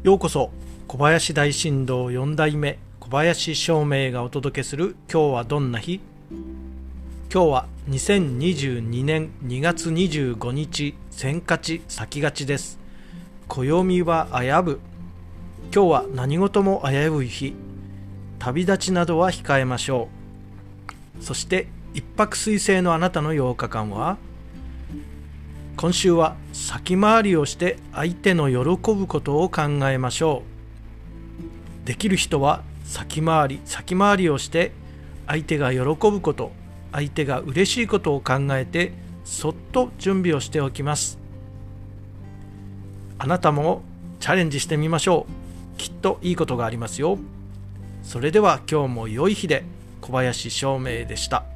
ようこそ。小林大震動4代目小林照明がお届けする今日はどんな日。今日は2022年2月25日先勝ち先勝ちです。暦は危ぶ。今日は何事も危うい日。旅立ちなどは控えましょう。そして一泊水星のあなたの8日間は、今週は先回りをして相手の喜ぶことを考えましょう。できる人は先回りをして相手が喜ぶこと、相手が嬉しいことを考えてそっと準備をしておきます。あなたもチャレンジしてみましょう。きっといいことがありますよ。それでは今日も良い日で。小林照明でした。